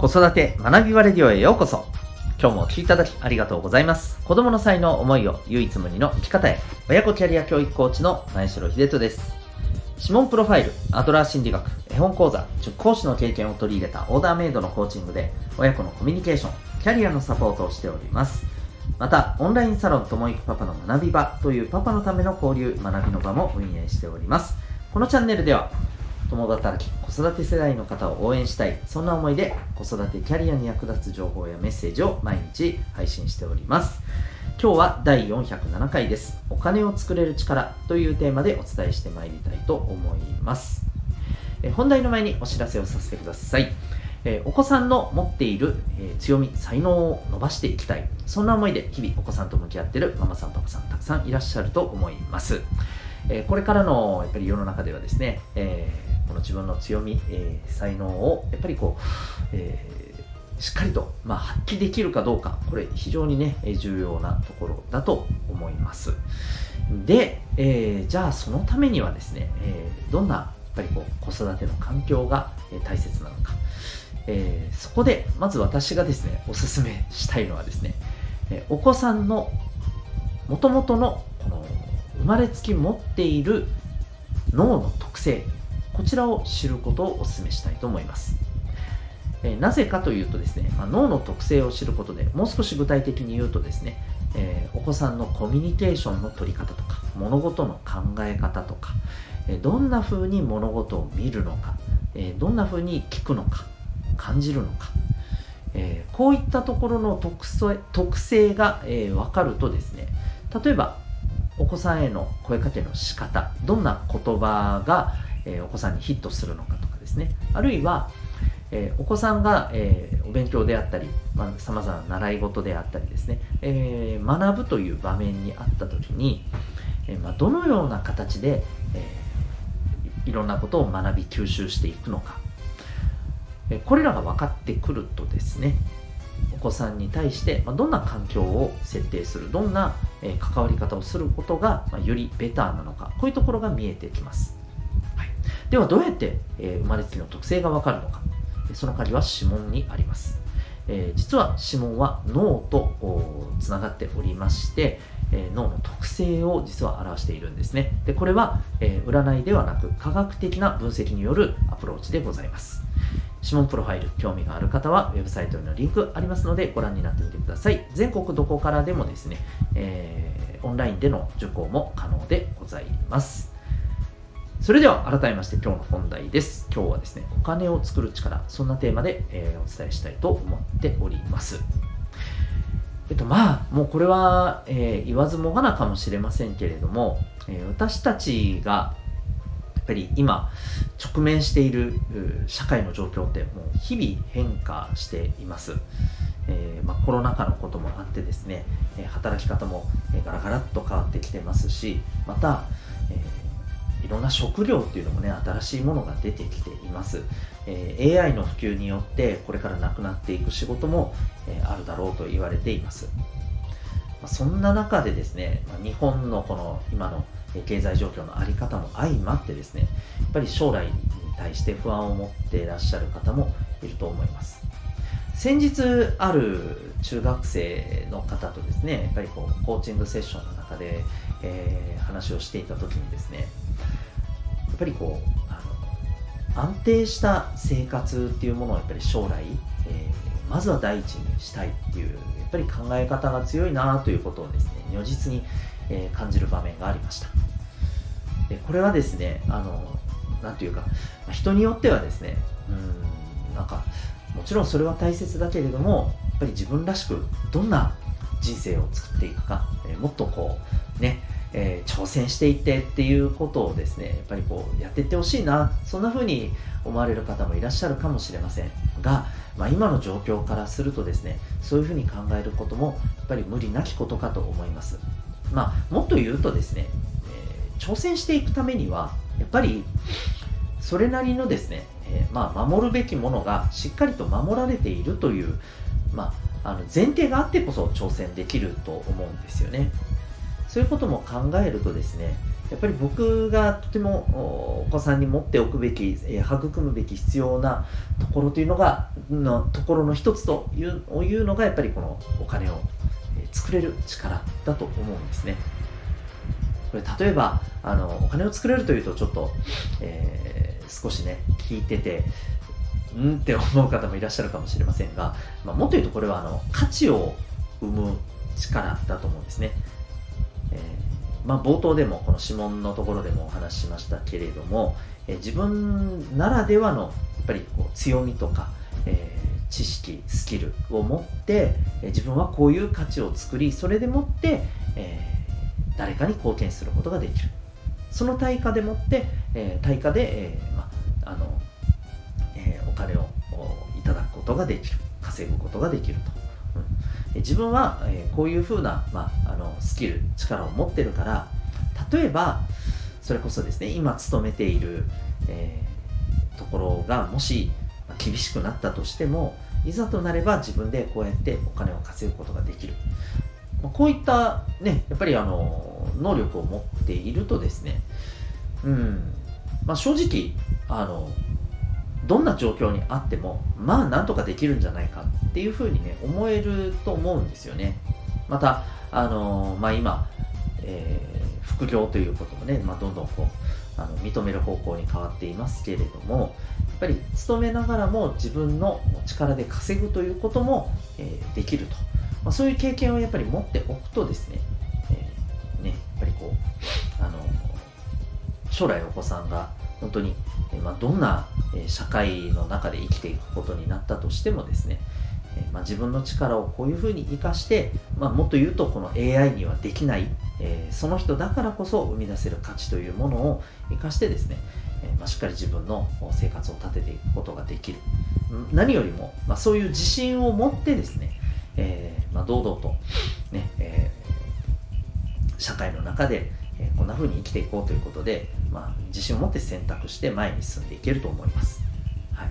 子育て学びバレディオへようこそ。今日もお聞きいただきありがとうございます。子供の才能、思いを唯一無二の生き方へ、親子キャリア教育コーチの前城秀人です。指紋プロファイル、アドラー心理学、絵本講座、塾講師の経験を取り入れたオーダーメイドのコーチングで親子のコミュニケーション、キャリアのサポートをしております。またオンラインサロンともいくパパの学び場というパパのための交流学びの場も運営しております。このチャンネルでは共働き子育て世代の方を応援したい、そんな思いで子育てキャリアに役立つ情報やメッセージを毎日配信しております。今日は第407回です。お金を作れる力というテーマでお伝えしてまいりたいと思います。本題の前にお知らせをさせてください。お子さんの持っている強み、才能を伸ばしていきたい、そんな思いで日々お子さんと向き合っているママさんパパさんたくさんいらっしゃると思います。これからのやっぱり世の中ではですね、この自分の強み、才能をやっぱりしっかりと、発揮できるかどうか、これ非常にね重要なところだと思います。で、じゃあそのためにはですね、どんなやっぱり子育ての環境が大切なのか、そこでまず私がですねおすすめしたいのはですね、お子さんの元々のこの生まれつき持っている脳の特性、こちらを知ることをお勧めしたいと思います。なぜかというとですね、脳の特性を知ることでもう少し具体的に言うとですね、お子さんのコミュニケーションの取り方とか物事の考え方とか、どんな風に物事を見るのか、どんな風に聞くのか感じるのか、こういったところの特性が分かるとですね、例えばお子さんへの声かけの仕方、どんな言葉がお子さんにヒットするのかとかですね、あるいはお子さんがお勉強であったり、さまざまな習い事であったりですね、学ぶという場面にあった時に、どのような形でいろんなことを学び吸収していくのか、これらが分かってくるとですね、お子さんに対してどんな環境を設定する、どんな関わり方をすることがよりベターなのか、こういうところが見えてきます。はい、ではどうやって生まれつきの特性が分かるのか、その鍵は指紋にあります。実は指紋は脳とつながっておりまして、脳の特性を実は表しているんですね。でこれは占いではなく科学的な分析によるアプローチでございます。指紋プロファイル、興味がある方はウェブサイトへのリンクありますのでご覧になってみてください。全国どこからでもですね、オンラインでの受講も可能でございます。それでは改めまして今日の本題です。今日はですね、お金を作る力、そんなテーマでお伝えしたいと思っております。もうこれは言わずもがなかもしれませんけれども、私たちがやっぱり今直面している社会の状況ってもう日々変化しています。コロナ禍のこともあってですね、働き方もガラガラっと変わってきてますし、また、いろんな食料っていうのもね、新しいものが出てきています。AI の普及によってこれからなくなっていく仕事もあるだろうと言われています。そんな中でですね、日本のこの今の経済状況のあり方も相まってですね、やっぱり将来に対して不安を持っていらっしゃる方もいると思います。先日ある中学生の方とですね、やっぱりコーチングセッションの中で、話をしていた時にですね、やっぱり安定した生活っていうものをやっぱり将来、まずは第一にしたいっていうやっぱり考え方が強いなということをですね、如実に感じる場面がありました。でこれはですね、なんていうか、人によってはですね、もちろんそれは大切だけれども、やっぱり自分らしくどんな人生を作っていくか、もっと挑戦していってっていうことをですね、やっぱりやっていってほしいな、そんな風に思われる方もいらっしゃるかもしれませんが、今の状況からするとですね、そういう風に考えることもやっぱり無理なきことかと思います。もっと言うとですね、挑戦していくためにはやっぱりそれなりのですね、守るべきものがしっかりと守られているという、前提があってこそ挑戦できると思うんですよね。そういうことも考えるとですね、 やっぱり僕がとてもお子さんに持っておくべき、育むべき必要なところというのが、ところの一つというのが、やっぱりこのお金を作れる力だと思うんですね。これ例えばお金を作れるというとちょっと、少しね聞いててって思う方もいらっしゃるかもしれませんが、もっと言うとこれは価値を生む力だと思うんですね。冒頭でもこの指紋のところでもお話ししましたけれども、自分ならではのやっぱりこう強みとか、知識スキルを持って、自分はこういう価値を作り、それでもって、誰かに貢献することができる。その対価でもって、お金をいただくことができる、稼ぐことができると。自分は、こういうふうな、スキル、力を持ってるから、例えばそれこそですね、今勤めている、ところがもし厳しくなったとしても、いざとなれば自分でこうやってお金を稼ぐことができる。こういったね、やっぱり能力を持っているとですね、正直どんな状況にあってもなんとかできるんじゃないかっていうふうにね思えると思うんですよね。また今、副業ということもね、どんどんこう認める方向に変わっていますけれども、やっぱり勤めながらも自分の力で稼ぐということも、できると、そういう経験をやっぱり持っておくとですね、やっぱりこう将来お子さんが本当に、どんな社会の中で生きていくことになったとしてもですね、自分の力をこういうふうに生かして、もっと言うとこの AI にはできない、その人だからこそ生み出せる価値というものを生かしてですね、しっかり自分の生活を立てていくことができる。何よりも、そういう自信を持ってですね、堂々と、ね社会の中でこんな風に生きていこうということで、自信を持って選択して前に進んでいけると思います。はい。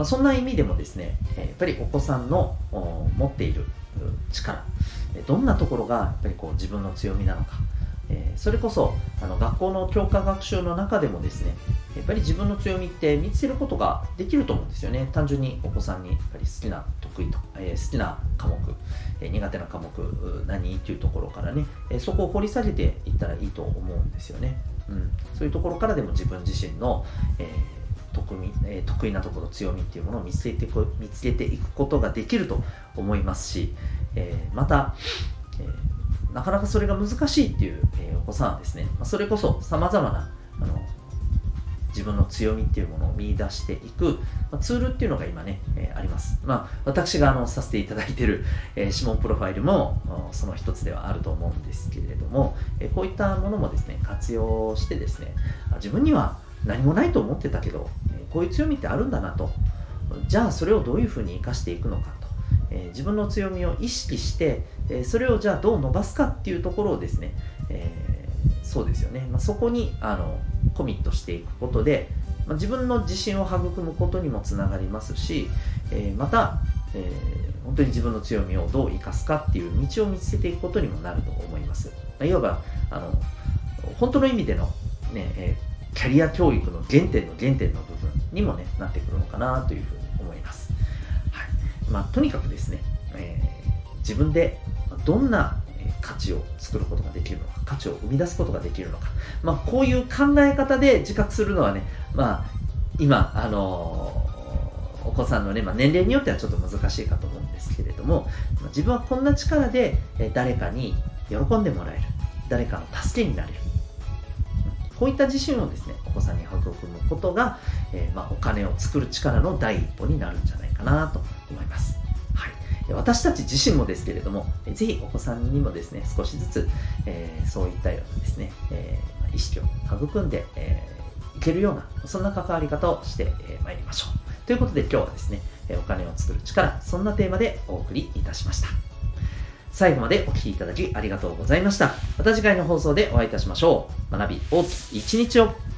そんな意味でもですね、やっぱりお子さんの持っている力、どんなところがやっぱりこう自分の強みなのか、それこそ学校の教科学習の中でもですね、やっぱり自分の強みって見つけることができると思うんですよね。単純にお子さんにやっぱり好きな得意と、好きな科目、苦手な科目何っていうところからね、そこを掘り下げていったらいいと思うんですよね。そういうところからでも自分自身の、得意なところ、強みっていうものを見つけていくことができると思いますし、また、なかなかそれが難しいっていう、お子さんはですね、それこそ様々な自分の強みっていうものを見出していく、ツールっていうのが今ね、あります。私がさせていただいている、指紋プロファイルもその一つではあると思うんですけれども、こういったものもですね活用してですね、自分には何もないと思ってたけど、こういう強みってあるんだなと、じゃあそれをどういうふうに生かしていくのかと、自分の強みを意識して、それをじゃあどう伸ばすかっていうところをですね、そうですよね、そこにコミットしていくことで、自分の自信を育むことにもつながりますし、また、本当に自分の強みをどう生かすかっていう道を見つけていくことにもなると思います。いわば本当の意味での、キャリア教育の原点の部分にもねなってくるのかなというふうに思います。はい。とにかくですね、自分でどんな価値を作ることができるのか、価値を生み出すことができるのか、こういう考え方で自覚するのはね、今お子さんのね、年齢によってはちょっと難しいかと思うんですけれども、自分はこんな力で誰かに喜んでもらえる、誰かの助けになれる、こういった自信をですねお子さんに育むことが、お金を作る力の第一歩になるんじゃないかなと思います。はい、私たち自身もですけれども、ぜひお子さんにもですね少しずつ、そういったようなですね、意識を育んでいけるような、そんな関わり方をしてまいりましょう。ということで今日はですね、お金を作る力、そんなテーマでお送りいたしました。最後までお聞きいただきありがとうございました。また次回の放送でお会いいたしましょう。学び大きい一日を。